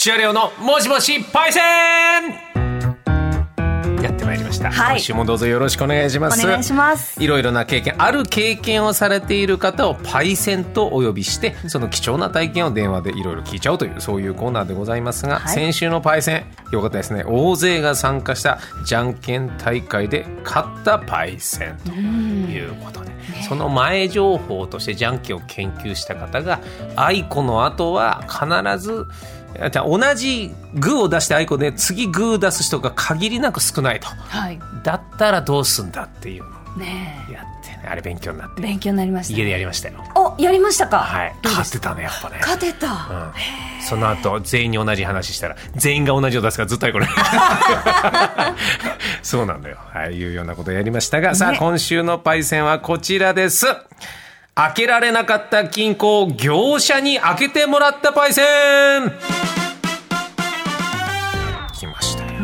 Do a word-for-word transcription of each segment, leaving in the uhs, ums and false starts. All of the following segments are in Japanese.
土屋レオのもしもしパイセンやってまいりました、はい、今週もどうぞよろしくお願いします。 お願いします。 いろいろな経験、ある経験をされている方をパイセンとお呼びして、その貴重な体験を電話でいろいろ聞いちゃおうという、そういうコーナーでございますが、はい、先週のパイセンよかったですね。大勢が参加したじゃんけん大会で勝ったパイセンということで、ね、その前情報としてじゃんけんを研究した方が、あいこの後は必ず同じグーを出してあいこで次グー出す人が限りなく少ないと、はい、だったらどうすんだっていうのをねやって、ね、あれ勉強になって勉強になりました、ね、 家でやりましたよ。 お、やりましたか。 はい、勝ってたね、やっぱね。 勝てた、うん、 その後全員に同じ話したら全員が同じを出すからずっとあいこれそうなんだよ、はい、いうようなことをやりましたが、ね、さあ今週のパイセンはこちらです。開けられなかった金庫を業者に開けてもらったパイセン。来ましたよ。 うん、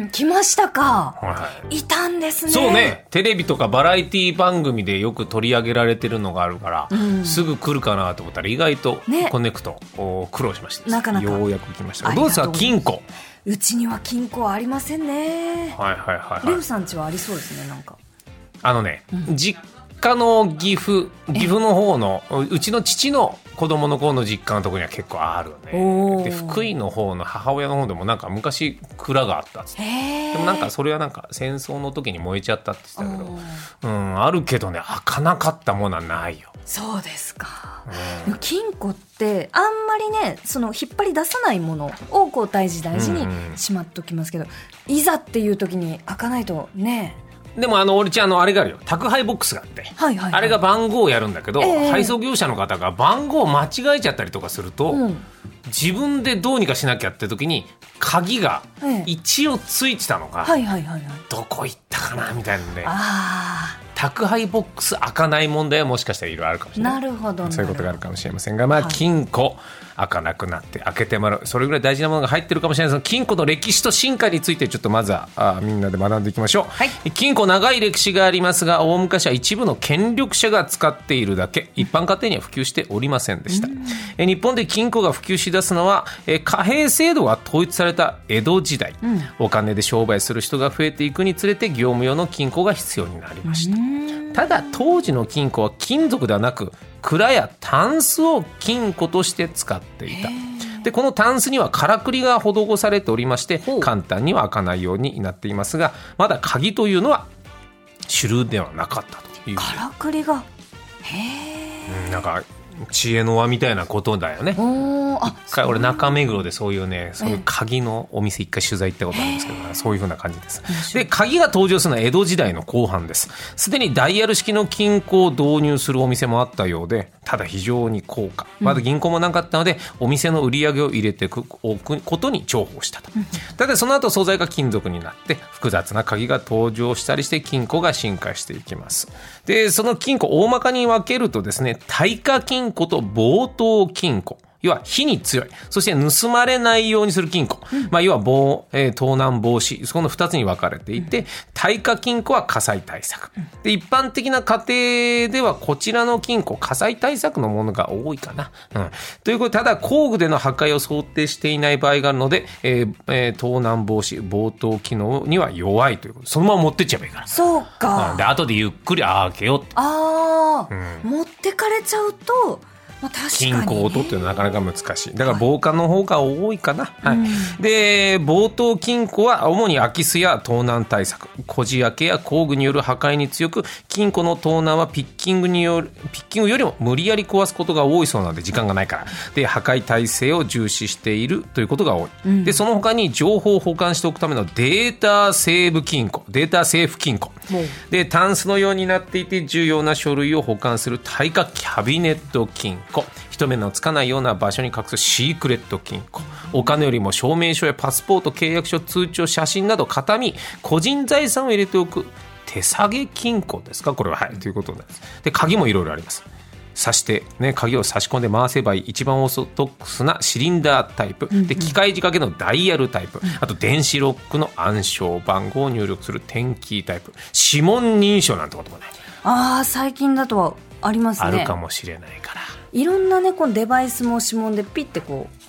来ましたか、 はい、 いたんですね。 そうね、テレビとかバラエティ番組でよく取り上げられてるのがあるから、うん、すぐ来るかなと思ったら意外とコネクト、ね、苦労しました。なかなかようやく来ました。どうですか金庫。 うちには金庫はありませんね。 はいはいはい、はい、 レフさん家はありそうですね。なんかあのね、うん、実家の岐阜岐阜の方のうちの父の子供の頃の実家のところには結構あるね。で福井の方の母親の方でもなんか昔蔵があったっつって、でもなんかそれはなんか戦争の時に燃えちゃったって言ってたけど、うん、あるけどね、開かなかったものはないよ。 そうですか、うん、金庫ってあんまりね、その引っ張り出さないものをこう大事大事にしまっときますけど、うんうん、いざっていう時に開かないとね。 でもあの俺ちゃんのあれがあるよ、宅配ボックスがあって、はいはいはい、あれが番号をやるんだけど、えー、配送業者の方が番号を間違えちゃったりとかすると、うん、自分でどうにかしなきゃって時に鍵が一応ついてたのが、えー、どこ行ったかなみたいなので、あ、宅配ボックス開かない問題はもしかしたらいろいろあるかもしれない。 なるほど、 そういうことがあるかもしれませんが、まあ、金庫、はい、開かなくなって開けてもらう、それぐらい大事なものが入ってるかもしれないですが、金庫の歴史と進化についてちょっとまずはあみんなで学んでいきましょう、はい、金庫長い歴史がありますが、大昔は一部の権力者が使っているだけ、一般家庭には普及しておりませんでした。え日本で金庫が普及しだすのはえ貨幣制度が統一された江戸時代、うん、お金で商売する人が増えていくにつれて業務用の金庫が必要になりました。ただ当時の金庫は金属ではなく蔵やタンスを金庫として使っていた。でこのタンスにはからくりが施されておりまして、簡単には開かないようになっていますが、まだ鍵というのは主流ではなかったという。 からくりがへー、うん、なんか知恵の輪みたいなことだよね。一回俺中目黒でそういうね、そういう鍵のお店一回取材行ったことあるんですけど、ね、そういう風な感じです。で鍵が登場するのは江戸時代の後半です。すでにダイヤル式の金庫を導入するお店もあったようで、ただ非常に高価、まだ銀行もなかったので、うん、お店の売り上げを入れておくことに重宝したと、うん、ただその後素材が金属になって複雑な鍵が登場したりして金庫が進化していきます。でその金庫大まかに分けるとですね、耐火金庫と防盗金庫、要は火に強い、そして盗まれないようにする金庫、うん、まあ、要は防、えー、盗難防止、そこのふたつに分かれていて、うん、耐火金庫は火災対策、うん、で一般的な家庭ではこちらの金庫火災対策のものが多いかな、うん、ということで、ただ工具での破壊を想定していない場合があるので、えーえー、盗難防止防盗機能には弱いということ、そのまま持ってっちゃえばいいから。 そうか、 うん、で後でゆっくり開けようって。 あ、うん、持ってかれちゃうとまあ確かにね、 金庫を取っていうのはなかなか難しい。だから防火の方が多いかな、はいはい、うん、で防盗金庫は主に空き巣や盗難対策、こじ開けや工具による破壊に強く、金庫の盗難はピッキングによるピッキングよりも無理やり壊すことが多いそうなので、時間がないからで破壊体制を重視しているということが多い、うん、でその他に情報を保管しておくためのデータセーブ金庫、データセーフ金庫、うん、でタンスのようになっていて重要な書類を保管する耐火キャビネット金庫、人目のつかないような場所に隠すシークレット金庫、お金よりも証明書やパスポート、契約書、通帳、写真など形見個人財産を入れておく手提げ金庫ですか、これは、はい、ということです。で鍵もいろいろあります。刺して、ね、鍵を差し込んで回せばいい一番オーソドックスなシリンダータイプ、うんうん、で機械仕掛けのダイヤルタイプ、うん、あと電子ロックの暗証番号を入力するテンキータイプ、指紋認証なんてこともね、 あー最近だとはありますね。 あるかもしれないから、 いろんなねこのデバイスも指紋でピッてこ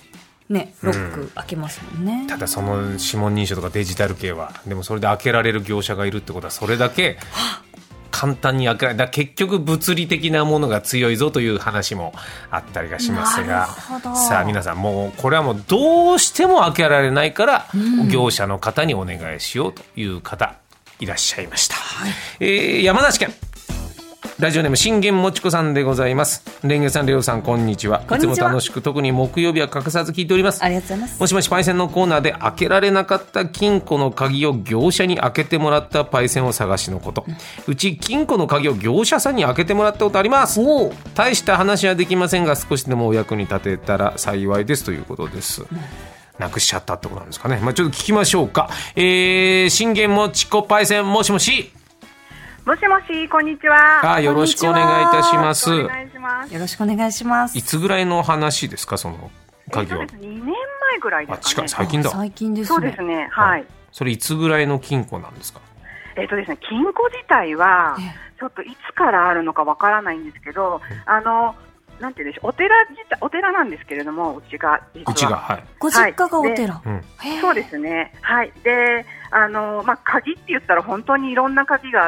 ね、ロック開けますもんね、 うん、ただその指紋認証とかデジタル系はでもそれで開けられる業者がいるってことはそれだけ簡単に開けられだ結局物理的なものが強いぞという話もあったりがしますが、さあ皆さんもうこれはもうどうしても開けられないから、うん、業者の方にお願いしようという方いらっしゃいました、はい。えー、山梨県ラジオネーム信玄もちこさんでございます。レンゲさん、レオさん、こんにちは。いつも楽しく特に木曜日は欠かさず聞いております。 ありがとうございます。 もしもしパイセンのコーナーで開けられなかった金庫の鍵を業者に開けてもらったパイセンを探しのこと、うん、うち金庫の鍵を業者さんに開けてもらったことあります。大した話はできませんが少しでもお役に立てたら幸いですということです、うん。なくしちゃったってことなんですかね。まあ、ちょっと聞きましょうか。えー、信玄もちこパイセン、もしもしもしもし、こんにちは。 あ、よろしくお願いいたします。 お願いします。 よろしくお願いします。 いつぐらいの話ですか、その鍵は。 えっとですね、にねんまえぐらいですかね。 あ、近い、最近だ。 最近ですね。 そうですね、はい。 それいつぐらいの金庫なんですか。 えっとですね、金庫自体はちょっといつからあるのかわからないんですけど、あのなんていうんでしょう、お寺自体お寺なんですけれども、うちが実はうちが、はい、 ご実家がお寺、はい、 うん、そうですね、はい。で、あのまあ、鍵って言ったら本当にいろんな鍵があって、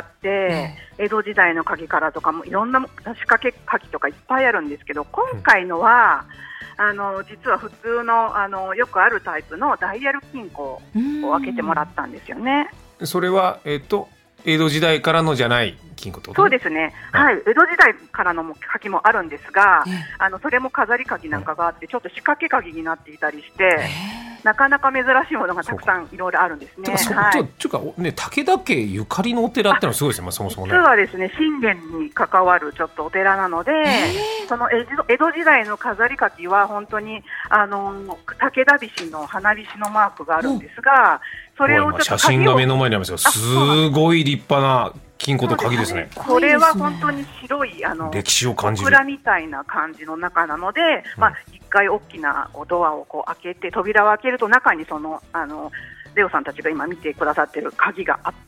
江戸時代の鍵からとかもいろんな仕掛け鍵とかいっぱいあるんですけど、今回のは、うん、あの実は普通の、あのよくあるタイプのダイヤル金庫を開けてもらったんですよね。 それは、えーと、江戸時代からのじゃない金庫ってこと？ そうですね、はいはい、江戸時代からの鍵もあるんですが、あのそれも飾り鍵なんかがあってちょっと仕掛け鍵になっていたりして、なかなか珍しいものがたくさんいろいろあるんですね。 はい、ちょっとね、武田家ゆかりのお寺ってのはすごいですね、まあ、そもそもね。 実はですね、信玄に関わるちょっとお寺なので、その江戸、江戸時代の飾り鍵は本当にあの武田菱の花菱のマークがあるんですが、それをちょっと写真が目の前にありますよ。すごい立派な金庫と鍵ですね。 これは本当に白いあの歴史を感じる蔵みたいな感じの中なので、うん、まあ、一回大きなドアをこう開けて扉を開けると中にそのあのレオさんたちが今見てくださっている鍵があって、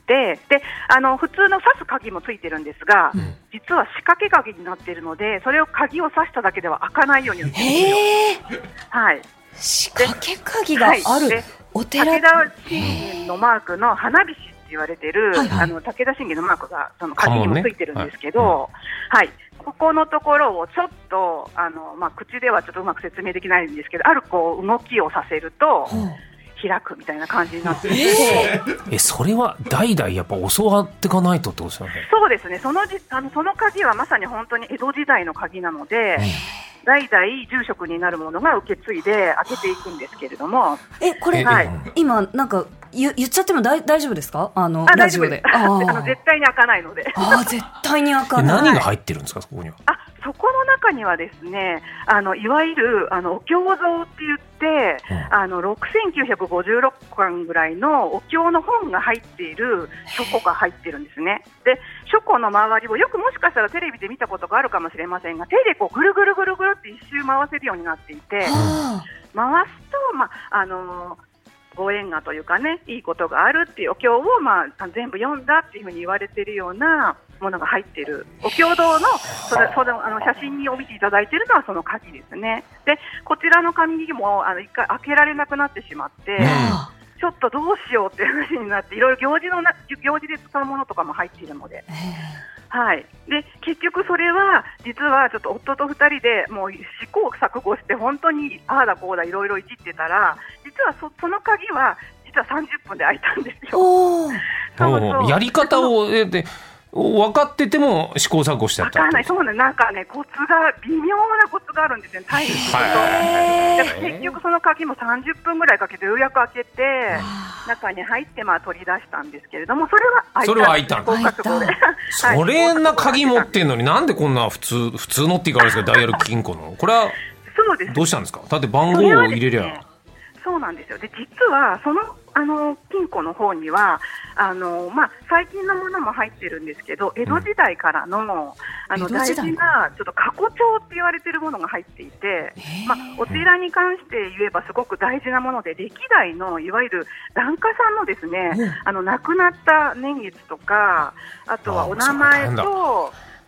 であの普通の挿す鍵もついてるんですが、うん、実は仕掛け鍵になっているので、それを鍵を挿しただけでは開かないようになっているんですよ。はい、 仕掛け鍵がある、はい、お寺武田信玄のマークの花菱って言われてる、はいはい、あの武田信玄のマークがその鍵にもついてるんですけど、ね、はい、はい、ここのところをちょっとあの、まあ、口ではちょっとうまく説明できないんですけど、あるこう動きをさせると、うん、開くみたいな感じになっていて、 えー、えそれは代々やっぱ教わっていかないとってことですよね。 そうですね、そのじあのその鍵はまさに本当に江戸時代の鍵なので、うん、代々住職になるものが受け継いで開けていくんですけれども、 えこれ、はい、今なんか言, 言っちゃっても大丈夫ですか？あのあラジオで。 ああの絶対に開かないので。 あ絶対に開かない。 何が入ってるんですか、そこには。 あそこの中にはですね、あのいわゆるあのお経蔵って言って、うん、あのろくせんきゅうひゃくごじゅうろっかんぐらいのお経の本が入っている書庫が入ってるんですね。で書庫の周りをよくもしかしたらテレビで見たことがあるかもしれませんが、手でこうぐるぐるぐるぐるって一周回せるようになっていて、回すと、まああのーご縁がというかね、いいことがあるっていうお経を、まあ、全部読んだっていうふうに言われているようなものが入っているお経堂のそれそのあの写真にお見せいただいているのはその鍵ですね。でこちらの鍵もあの一回開けられなくなってしまって、うん、ちょっとどうしようっていう話になって、いろいろ行事のな行事で使うものとかも入っているので、はい、で結局それは実はちょっと夫とふたりでもう試行錯誤して本当にああだこうだいろいろいじってたら、実は そ, その鍵は実はさんじゅっぷんで開いたんですよ。 おそうそうやり方をえで分かってても試行錯誤しちゃった。 分からない、そうね、なんかねコツが微妙なコツがあるんですよね、タイムと。結局その鍵もさんじゅっぷんぐらいかけてようやく開けて中に入ってまあ取り出したんですけれども、それは開いた。 それは開いたんだ。それな鍵持ってんのになんでこんな普通普通のって言い方ですけどダイヤル金庫のこれはどうしたんですか？だって番号を入れりゃ。 そうなんですよ。で実はそのあの金庫の方にはあの、まあ、最近のものも入ってるんですけど、江戸時代からの、うん、あの大事なちょっと過去帳って言われてるものが入っていて、まあ、お寺に関して言えばすごく大事なもので、歴代のいわゆる檀家さんのですね、うん、あの亡くなった年月とか、あとはお名前と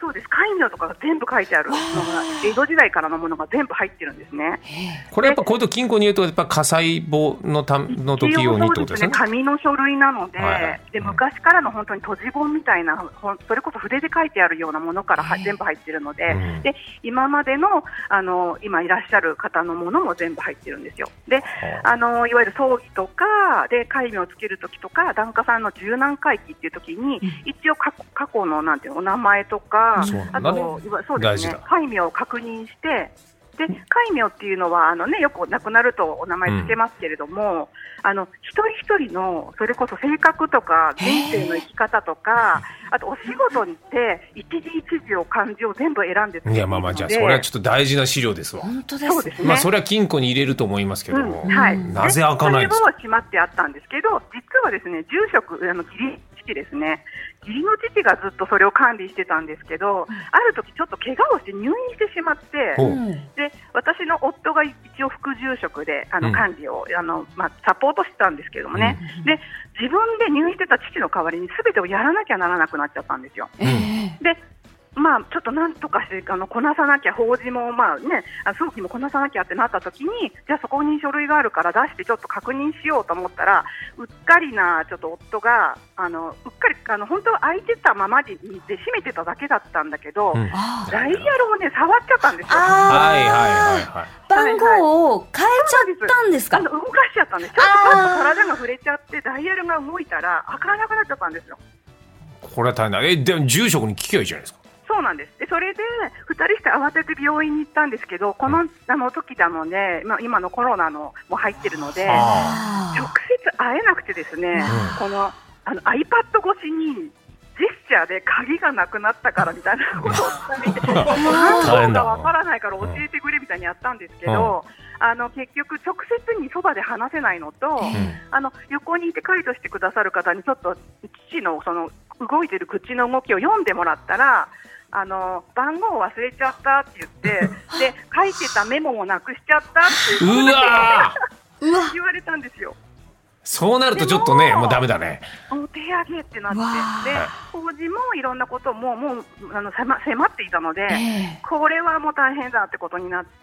そうです。戒名とかが全部書いてあるのが江戸時代からのものが全部入ってるんですね。 これやっぱこういうと金庫に言うとやっぱ火災簿のたの時用にってことですね。 紙の書類なので、はい、で昔からの本当に閉じ本みたいな、それこそ筆で書いてあるようなものから全部入ってるので、うん、で今まで の, あの今いらっしゃる方のものも全部入ってるんですよ。で、あのいわゆる葬儀とかで戒名をつける時とか、檀家さんの十何回忌っていう時に、うん、一応過去、過去のなんていうのお名前とか、あとそうですね、戒名を確認して、で戒名っていうのはあの、ね、よく亡くなるとお名前つけますけれども、うん、あの一人一人のそれこそ性格とか人生の生き方とか、あとお仕事にって一字一字を漢字を全部選んでつけているので、いやまあまあじゃあそれはちょっと大事な資料ですわ。 本当ですね。 まあそれは金庫に入れると思いますけども、 うんはい、 なぜ開かないんですか。 それは閉まってあったんですけど、実はですね、住職あの義理父ですね、義理の父がずっとそれを管理してたんですけど、ある時ちょっと怪我をして入院してしまって、うん、で私の夫が一応副住職であの管理を、うんあのまあ、サポートしてたんですけどもね、うん、で自分で入院してた父の代わりに全てをやらなきゃならなくなっちゃったんですよ。うん、でまあ、ちょっとなんとかしてあのこなさなきゃ、法事も、まあね、葬儀もこなさなきゃってなった時に、じゃあそこに書類があるから出してちょっと確認しようと思ったら、うっかりなちょっと夫があのうっかりあの本当は開いてたままで閉めてただけだったんだけど、うん、ダイヤルをね触っちゃったんですよ。 はいはいはいはい。 番号を変えちゃったんですか。 あの動かしちゃったんです。ちょっとパッと体が触れちゃってダイヤルが動いたら開かなくなっちゃったんですよ。 これは大変だ。えでも住職に聞けばいいじゃないですか。 そうなんです。でそれでふたりして慌てて病院に行ったんですけど、この、うん、あの時なので、まあ、今のコロナのも入ってるので直接会えなくてですね、うん、この、あの iPad 越しにジェスチャーで鍵がなくなったからみたいなことを伝えて番号がわからないから教えてくれみたいにやったんですけど、うん、あの結局直接にそばで話せないのと、うん、あの横にいて介助してくださる方にちょっと父のその動いてる口の動きを読んでもらったら、あの番号を忘れちゃったって言ってで書いてたメモもなくしちゃったってうわ言われたんですよ。 そうなるとちょっとね、もうダメだね。 お手上げってなって、で法事もいろんなことももうあの 迫, 迫っていたので、えー、これはもう大変だってことになって、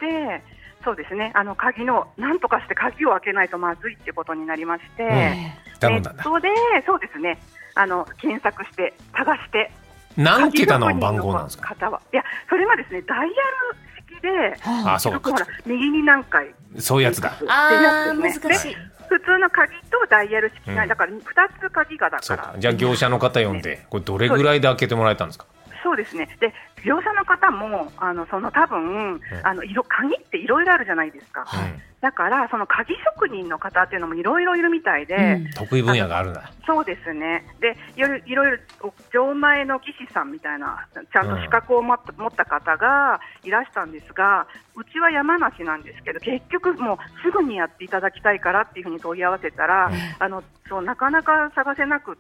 そうですね、あの鍵のなんとかして鍵を開けないとまずいってことになりまして、うん、ネットでそうですね、あの検索して探して。 何桁の番号なんですか。 方はいやそれはですね、ダイヤル式で、 あそうか、 ほら右に何回そういうやつだ。 あー難しい。 普通の鍵とダイヤル式が、うん、だからふたつ鍵がだから。 そうか、じゃあ業者の方呼んで、これどれぐらいで開けてもらえたんですか。 そうですね。で業者の方もあのその多分、うん、あの色鍵っていろいろあるじゃないですか、うん、だからその鍵職人の方っていうのもいろいろいるみたいで、うん、 得意分野があるんだ。 そうですね。でいろいろ錠前の技師さんみたいなちゃんと資格を持った、うん、持った方がいらしたんですが、うちは山梨なんですけど、結局もうすぐにやっていただきたいからっていうふうに問い合わせたら、うん、あのそうなかなか探せなくって、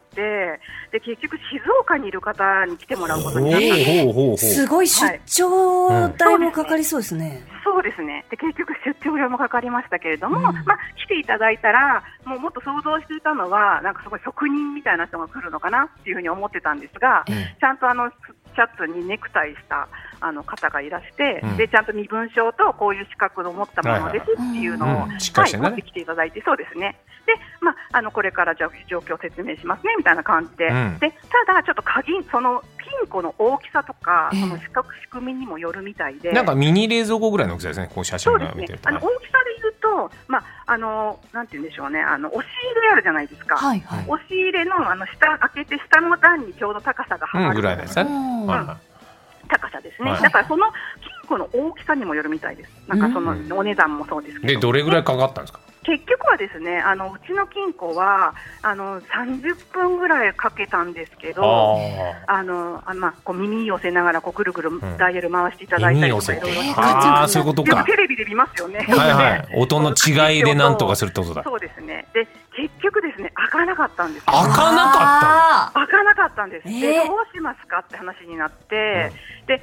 で結局静岡にいる方に来てもらうことになったんです。 すごい出張代もかかりそうですね。 そうですね。で結局出張料もかかりましたけれども、うん、まあ、来ていただいたらもうもっと想像していたのはなんかすごい職人みたいな人が来るのかなっていうふうに思ってたんですが、うん、ちゃんとあのシャツにネクタイしたあの方がいらして、うん、でちゃんと身分証とこういう資格を持ったものですっていうのを、はいはい、持ってきていただいて、そうですね。で、まあ、あのこれからじゃ状況を説明しますねみたいな感じで、うん、でただちょっと鍵その金庫の大きさとか、その仕組みにもよるみたいで、 なんかミニ冷蔵庫ぐらいの大きさですね。こう写真が見てると、ね、 あの大きさで言うと、まあ、あのなんて言うんでしょうね、あの押し入れあるじゃないですか、はいはい、押し入れ の, あの下開けて下の段にちょうど高さがはまる、 うん、ぐらいですね、うんうん、高さですね、はい、だからその金庫の大きさにもよるみたいです。なんかそのお値段もそうですけど、 でどれぐらいかかったんですか。 結局はですね、あのうちの金庫はあのさんじゅっぷんぐらいかけたんですけど、あのあ、まあ、こう耳寄せながらこうぐるぐるダイヤル回していただいたりとか、いろいろ、 ああそういうことか。 テレビで見ますよね。 はいはい、音の違いでなんとかするってことだ。 そうですね。で結局ですね、開かなかったんです。 開かなかった開かなかったんです。でどうしますかって話になって、うん、で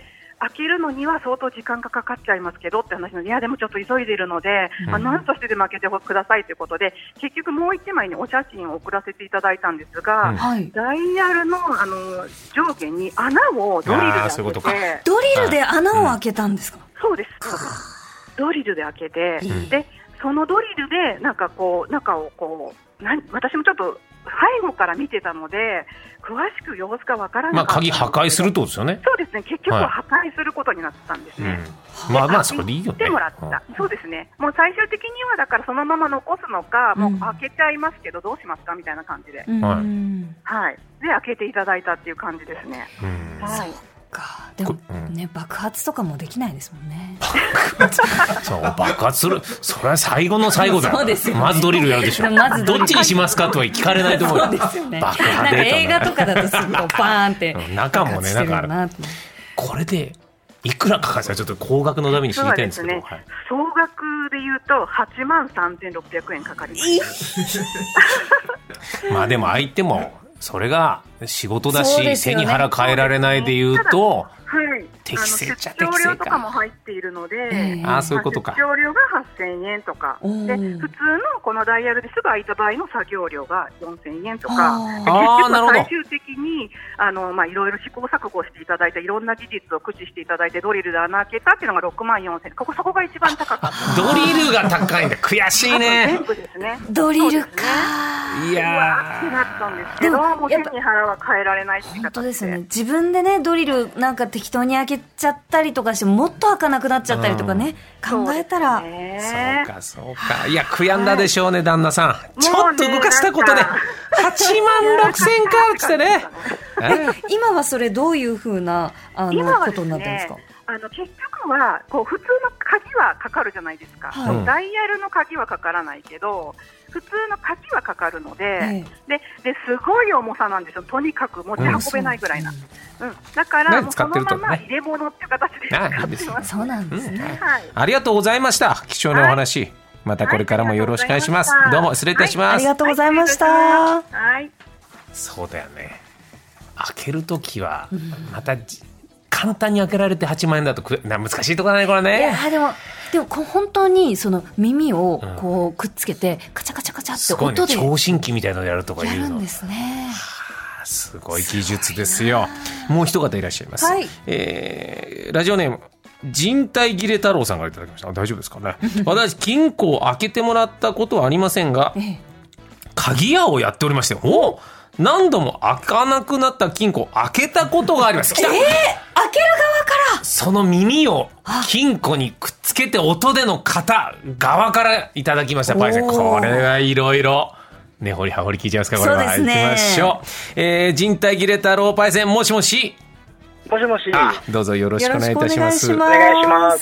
開けるのには相当時間がかかっちゃいますけどって話ので、いやでもちょっと急いでいるので、うん、まあ、何としてでも開けてくださいということで、結局もういちまいにお写真を送らせていただいたんですが、うん、ダイヤルの、あの上下に穴をドリルで開けて、 ドリルで穴を開けたんですか？ うん、そうです。ドリルで開けて、うん、でそのドリルでなんかこう中をこうな私もちょっと背後から見てたので詳しく様子がわからなかった。 まあ鍵破壊するってことですよね。 そうですね。結局は破壊することになったんですね。はい、 うん、まあまあそれでいいよね。 てもらった、うん。そうですね。もう最終的にはだからそのまま残すのか、うん、もう開けちゃいますけどどうしますかみたいな感じで、うん、はい。で開けていただいたっていう感じですね。 うん、はい。かでもね、爆発とかもできないですもんね。 そう爆発する、それは最後の最後だよ。そうですよね、まずドリルやるでしょ。まずどっちにしますかとは聞かれないと思うよ。 そうですよね。爆破なんか映画とかだとすぐこうバーンって中もね、だからこれでいくらかかるかちょっと高額のために知りたいんですけど、 ね、はい、総額でいうとはちまんさんぜんろっぴゃくえんかかりました。 まあでも相手もそれが仕事だし、ね、背に腹変えられないで言うと、はい、適正っちゃ適正か。 出張料とかも入っているので、えー、あ、そういうことか。 出張料がはっせんえんとかで、普通のこのダイヤルですぐ開いた場合の作業料がよんせんえんとか、結局最終的にあの、まあ、いろいろ試行錯誤していただいたいろんな技術を駆使していただいてドリルで穴開けたっていうのがろくまんよんせんえん。ここそこが一番高かった。 ドリルが高いんだ。悔しいね。 全部ですね。 ドリルか、 ね、いやーってなったんですけど、もう背に腹は変えられないって本当ですよね。自分でねドリルなんか適当に開けちゃったりとかしてもっと開かなくなっちゃったりとかね、うん、考えたらそうね、 そうかそうか。いや悔やんだでしょうね、旦那さん。ちょっと動かしたことではちまんろくせんかってね。 今はそれどういうふうなあのことになってるんですか？ あの結局はこう普通の鍵はかかるじゃないですか、はい、ダイヤルの鍵はかからないけど普通の鍵はかかるので、はい、でですごい重さなんですよ。とにかく持ち運べないぐらいな、うんうん、だからもうそのまま入れ物っていう形で使ってます。 そうなんですね、 うん、はい、ありがとうございました。貴重なお話、はい、またこれからもよろしくお願いします、はい、どうも失礼いたします、 はい、ありがとうございました、 はい、 そうだよね。開けるときはまた、うん、簡単に開けられてはちまんえんだとく難しいところだねこれね。 いやでもでも本当にその耳をこうくっつけてカチャカチャカチャって音で、 すごいね、聴診器みたいなのやるとかいうのやるんですね。 はあ、すごい技術ですよ。もう一方いらっしゃいます、はい、えー、ラジオネーム人体切れ太郎さんからいただきました。大丈夫ですかね。私金庫を開けてもらったことはありませんが、ええ、鍵屋をやっておりまして、お何度も開かなくなった金庫を開けたことがあります。来た、 えー、開ける側からその耳を金庫にくっつけて音での型側からいただきました。パイセン、これはいろいろ根掘り葉掘り聞いちゃいますか。これは、ね、いきましょう、えー、人体切れ太郎パイセン、もしもし。 もしもし。 あ、どうぞよろしくお願いいたします。 お願いします。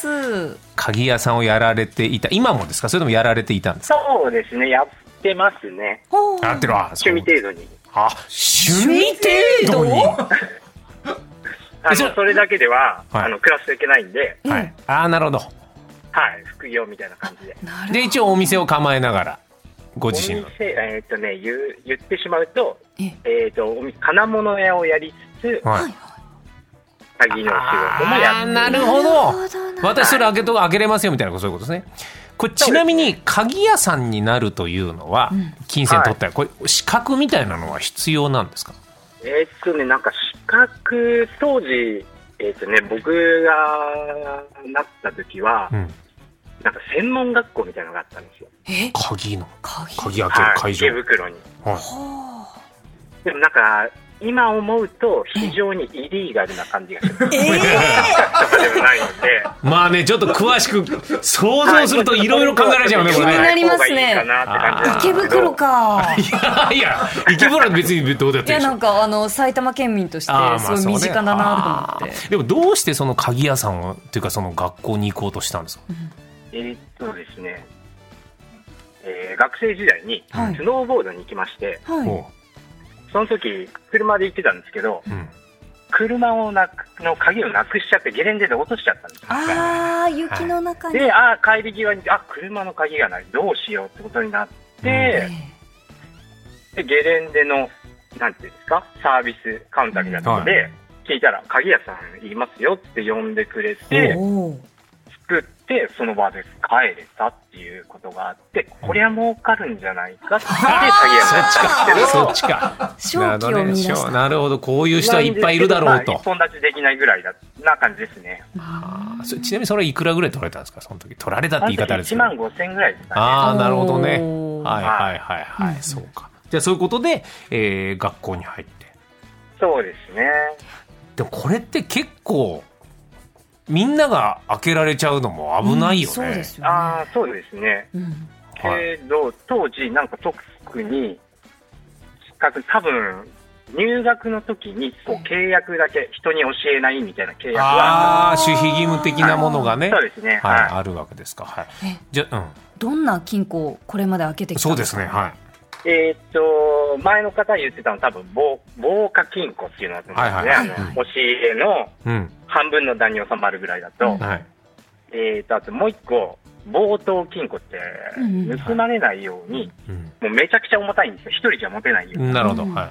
鍵屋さんをやられていた、今もですか、それともやられていたんですか。 そうですね、やってますね。 やってるわ。 趣味程度に。 あ、趣味程度にあのそれだけでは、はい、あの暮らしていけないんで、 はい、あ、なるほど、 はい、副業みたいな感じで。 で一応お店を構えながらご自身のお店、えーっとね、言, 言ってしまうと、えー、っと金物屋をやりつつ、はい、鍵の仕事もやって。 あ、なるほど。私それ開けと開けれますよみたいな、そういうことですね。これちなみに鍵屋さんになるというのは、うん、金銭取ったら、はい、これ資格みたいなのは必要なんですか。 えー、っとね、なんか資格当時、えーっとね、僕がなった時は、うん、なんか専門学校みたいなのがあったんですよ。 え鍵の鍵鍵開ける会場、 はい、池袋に、 はい、 でもなんか今思うと非常にイリーガルな感じがします。えー、でもないので、 まあね、ちょっと詳しく想像するといろいろ考えられちゃうね、これね。 気になりますね。池袋か。いやいや、池袋は別にどうだっていいでしょ。いや、なんかあの埼玉県民としてすごい身近だなと思って。 でもどうしてその鍵屋さんをっていうかその学校に行こうとしたんですか。うん、 えー、っとですね、えー、学生時代にスノーボードに行きまして、はいはい、その時車で行ってたんですけど、うん、車をなくの鍵をなくしちゃってゲレンデで落としちゃったんですよ。 ああ、雪の中に。 で、あ帰り際にあ車の鍵がない、どうしようってことになって、うん、でゲレンデのなんていうんですか、サービスカウンターみたいなところで、はい、 聞いたら鍵屋さんいますよって呼んでくれて作ってその場で帰れたっていうことがあって、こりゃ儲かるんじゃないかって鍵屋さん作ってる。 そっちか。 正気を見出した。 なるほど、こういう人はいっぱいいるだろうと。 一本立ちできないぐらいだな感じですね。 あそちなみにそれはいくらぐらい取られたんですか、その時。取られたって言い方ですけど。 いちまんごせんぐらいですかね。 ああ、なるほどね。はいはいはいはい、うん、そうか。じゃあそういうことで、えー、学校に入って。 そうですね。 でもこれって結構みんなが開けられちゃうのも危ないよね。うん、 そうですよね。 ああ、そうですね。うん、けど当時なんか特に多分入学の時にこう契約だけ人に教えないみたいな契約がああ、守秘義務的なものがね、 そうですね、 はい、あるわけですか。はい。じゃ、うん。 どんな金庫をこれまで開けてきたんですか。 そうですね。はい。 えー、っと前の方言ってたの多分防防火金庫っていうのがあったんですね。はいはいはい、あの、うん、押し入れの半分の段に収まるぐらいだと、うん、はい、えー、っとあともう一個防盗金庫って盗まれないように、うん、もうめちゃくちゃ重たいんですよ。一人じゃ持てないように。 なるほど。はい。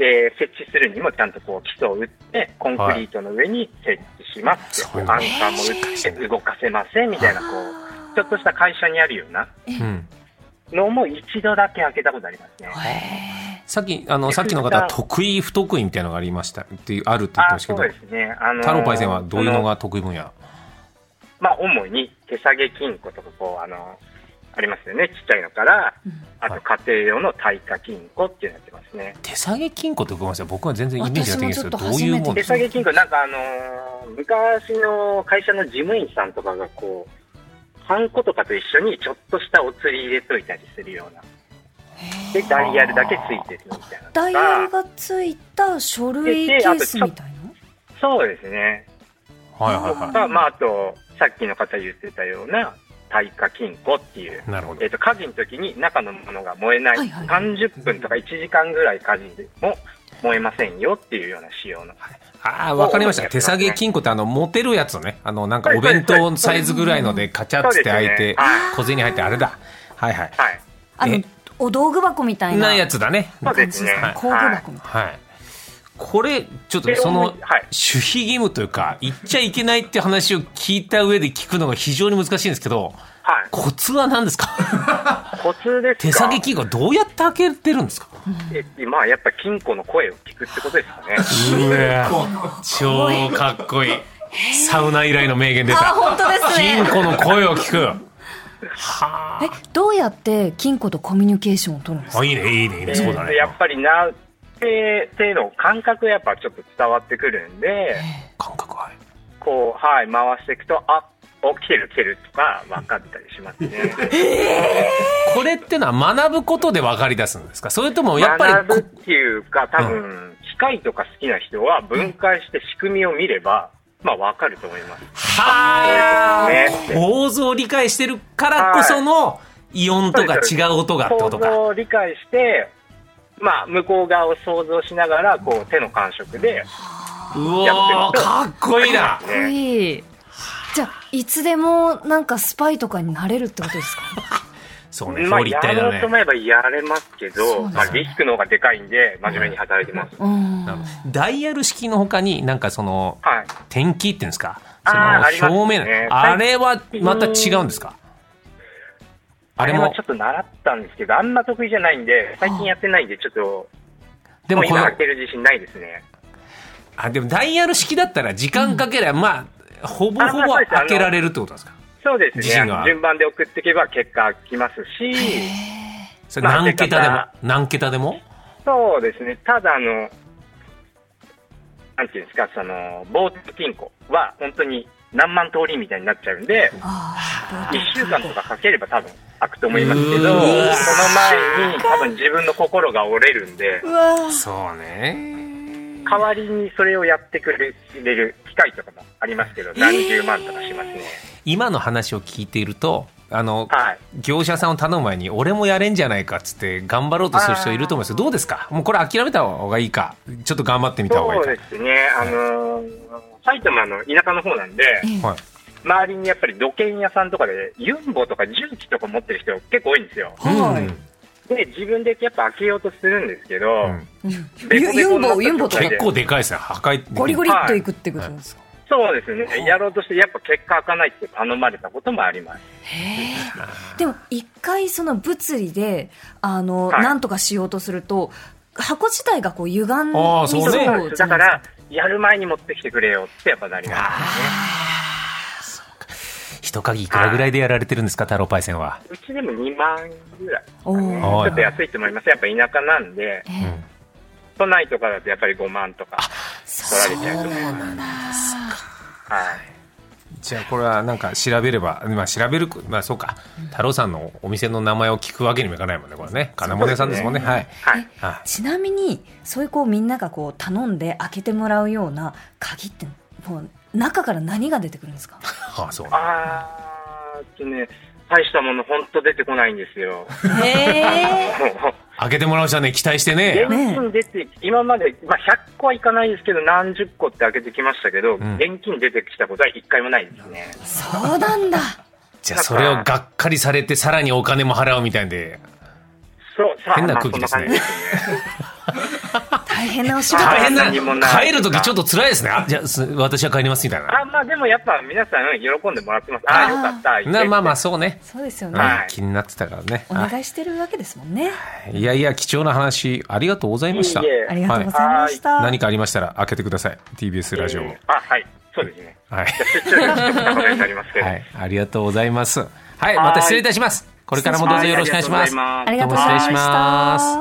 で設置するにもちゃんとこう基礎を打ってコンクリートの上に設置しますって、はい、アンカーも打って動かせませんみたいなこうちょっとした会社にあるようなのも一度だけ開けたことありますね。 さっきあのさっきの方は得意不得意みたいなのがありましたっていうあるって言ってましたけど、 そうですね、あのー、 太郎パイセンはどういうのが得意分野。 まあ主に手提げ金庫とかこうあのーありますよね。ちっちゃいのから、うん、あと家庭用の耐火金庫っていうのやってますね。 手提げ金庫ってごめんなさい、僕は全然イメージができないですけど、どういうもんですか。 手提げ金庫なんかあのー、昔の会社の事務員さんとかがこうハンコとかと一緒にちょっとしたお釣り入れといたりするような。でダイヤルだけついてるみたいな。 ダイヤルがついた書類ケースみたいな。 そうですね。 はいはいはい。 まああとさっきの方言ってたような。耐火金庫っていう、 なるほど、 えーと、火事の時に中のものが燃えない、はいはい、さんじゅっぷんとかいちじかんぐらい火事でも燃えませんよっていうような仕様の、はい、 ああ分かりました。手提げ金庫ってあの持てるやつね、あのなんかお弁当サイズぐらいのでカチャッて開いて、ね、小銭入ってあれだ、はいはい、はい、 あのお道具箱みたいななやつだね。 そうですね、 工具箱みたいな、 はいはい、これちょっとその守秘義務というか言っちゃいけないっていう話を聞いた上で聞くのが非常に難しいんですけど、はい、コツは何ですか。 コツですか。 手提げ金庫どうやって開けてるんですか。 えまあやっぱ金庫の声を聞くってことですかね。 うわ超かっこいい。サウナ以来の名言出た。 あ本当ですね。 金庫の声を聞く。はえどうやって金庫とコミュニケーションを取るんですか。 あいいねいいねいいね、そうだね。 やっぱりな手, 手の感覚がやっぱちょっと伝わってくるんで、 感覚はいこうはい回していくとあ起きてる来てるとか分かったりしますね。 えー、これってのは学ぶことで分かり出すんですか。それともやっぱり学ぶっていうか多分、うん、機械とか好きな人は分解して仕組みを見れば、まあ分かると思います。 はあ、構造を理解してるからこそのイオンとか違う音がってことか。 構造を理解してまあ、向こう側を想像しながらこう手の感触でやってうわかっこいいな。 かっこいい。じゃあいつでもなんかスパイとかになれるってことですか。 そうね、 まあ、やろうと思えばやれますけど、まあ、リスクの方がでかいんで真面目に働いてます、うん、 ダイヤル式の他になんかその、はい、点キーっていうんですか、その表面 あ,、ね、あれはまた違うんですか。 あれもちょっと習ったんですけどあんま得意じゃないんで最近やってないんでちょっとでも今開ける自信ないですね。 あでもダイヤル式だったら時間かければ、うん、まあほぼほぼ開けられるってことですか。 そうですね、順番で送っていけば結果来ますし、 それ何桁でも、何桁でもそうですね。ただあのなんていうんですか、その防盗金庫は本当に何万通りみたいになっちゃうんでいっしゅうかんとかかければ多分開くと思いますけど、その前に多分自分の心が折れるんで、 そうね、 代わりにそれをやってくれる機械とかもありますけど何十万とかしますね。 今の話を聞いているとあの、はい、業者さんを頼む前に俺もやれんじゃないかっつって頑張ろうとする人いると思うんですけど、どうですか。もうこれ諦めた方がいいかちょっと頑張ってみた方がいいか。 そうですね、あのー、埼玉の田舎の方なんで、はい、周りにやっぱり土建屋さんとかでユンボとか重機とか持ってる人結構多いんですよ、はい、 で自分でやっぱ開けようとするんですけど、うん、 ユンボユンボと結構でかいですね。破壊ゴリゴリっといくってことですか。 はい、そうですね。やろうとしてやっぱ結果開かないって頼まれたこともあります。 へでも一回その物理であの、はい、なんとかしようとすると箱自体がこう歪んであそうね。 だからやる前に持ってきてくれよってやっぱなりますね。 一鍵いくらぐらいでやられてるんですか、太郎パイセンは。 うちでもにまんぐらい、ちょっと安いと思います。やっぱ田舎なんで、えー、都内とかだとやっぱりごまんとか取られちゃうと思います。そうなんですか。はい。 じゃあこれはなんか調べれば、まあ、調べる、まあそうか、太郎さんのお店の名前を聞くわけにもいかないもんね、これね。金物屋さんですもんね。はい。 はい、ちなみにそういうこうみんながこう頼んで開けてもらうような鍵ってもう中から何が出てくるんですか。 ああ、そう。 あーね、大したもの本当出てこないんですよ。 へー。 開けてもらう人はね、期待してね。 現金出て、今まで、まあ、ひゃっこはいかないですけど、何十個って開けてきましたけど、うん、現金出てきたことはいっかいもないですね。 そうなんだ。 じゃあそれをがっかりされて、さらにお金も払うみたいで、 そう変な空気ですね。 大変なお仕事。 大変な。帰るときちょっと辛いですね。あ、じゃあ私は帰りますみたいな。 あ、まあでもやっぱ皆さん喜んでもらってます。ああ、よかった。 なまあまあそうね。 そうですよね、 はい。気になってたからね。 お願いしてるわけですもんね。 いやいや、貴重な話ありがとうございました。 いいありがとうございました、 はい。何かありましたら開けてください。ティービーエス ラジオも。 えー、あ、はい。そうですね。 はい。 はい。 ありがとうございます。はい。また失礼いたします。これからもどうぞよろしくお願いします。 ありがとうございました。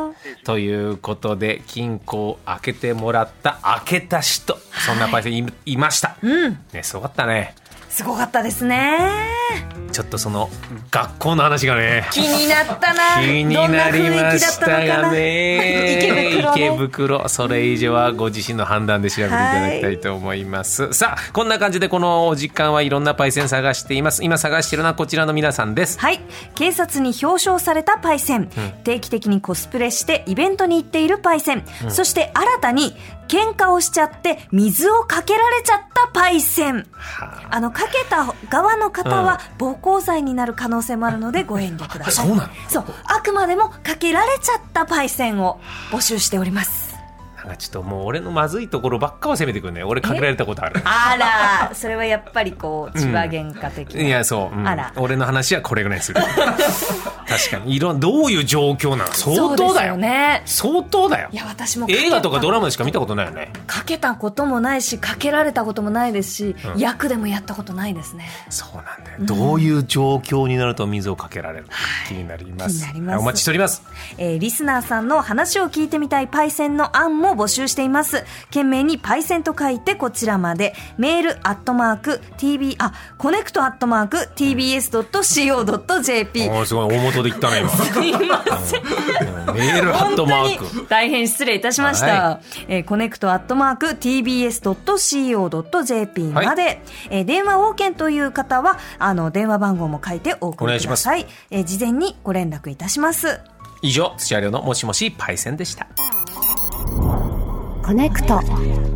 ということで金庫を開けてもらった開けた人、そんなパイセン い, いました、うんね、すごかったね。 すごかったですね。 ちょっとその学校の話がね気になったな。 気になりましたがね。 池袋ね。 池袋、それ以上はご自身の判断で調べていただきたいと思います、はい、さあこんな感じでこのお時間はいろんなパイセン探しています。今探しているのはこちらの皆さんです。 はい、警察に表彰されたパイセン、うん、定期的にコスプレしてイベントに行っているパイセン、うん、そして新たに喧嘩をしちゃって水をかけられちゃったパイセン、はあ、あのかけた側の方は暴行罪になる可能性もあるのでご遠慮ください。 そうなの？ そう、あくまでもかけられちゃったパイセンを募集しております。 なんかちょっともう俺のまずいところばっかは攻めてくるね。俺かけられたことある。 あら、それはやっぱりこう千葉喧嘩的な、 うん、いやそう、うん、 あら俺の話はこれぐらいする。確かにいろんどういう状況なの相当だよ。 そうですよね。 相当だよ。 いや私も映画とかドラマでしか見たことないよね。 かけたこともないしかけられたこともないですし、うん、役でもやったことないですね。 そうなんだよ、うん、どういう状況になると水をかけられるのか気になります、 気になります。 お待ちしております、 えー、リスナーさんの話を聞いてみたいパイセンの案も募集しています。懸命にパイセンと書いてこちらまで。メールアットマーク ティービー あコネクトアットマーク ティービーエスドットシーオードットジェーピー。 おすごい大元で言ったね今。すいません。メールアットマーク大変失礼いたしました、はい、えー、コネクトアットマーク ティービーエスドットシーオードットジェーピー まで、はい、えー、電話 OK という方はあの電話番号も書いてお送りください。えー、事前にご連絡いたします。 以上土屋亮のもしもしパイセンでした。 コネクト。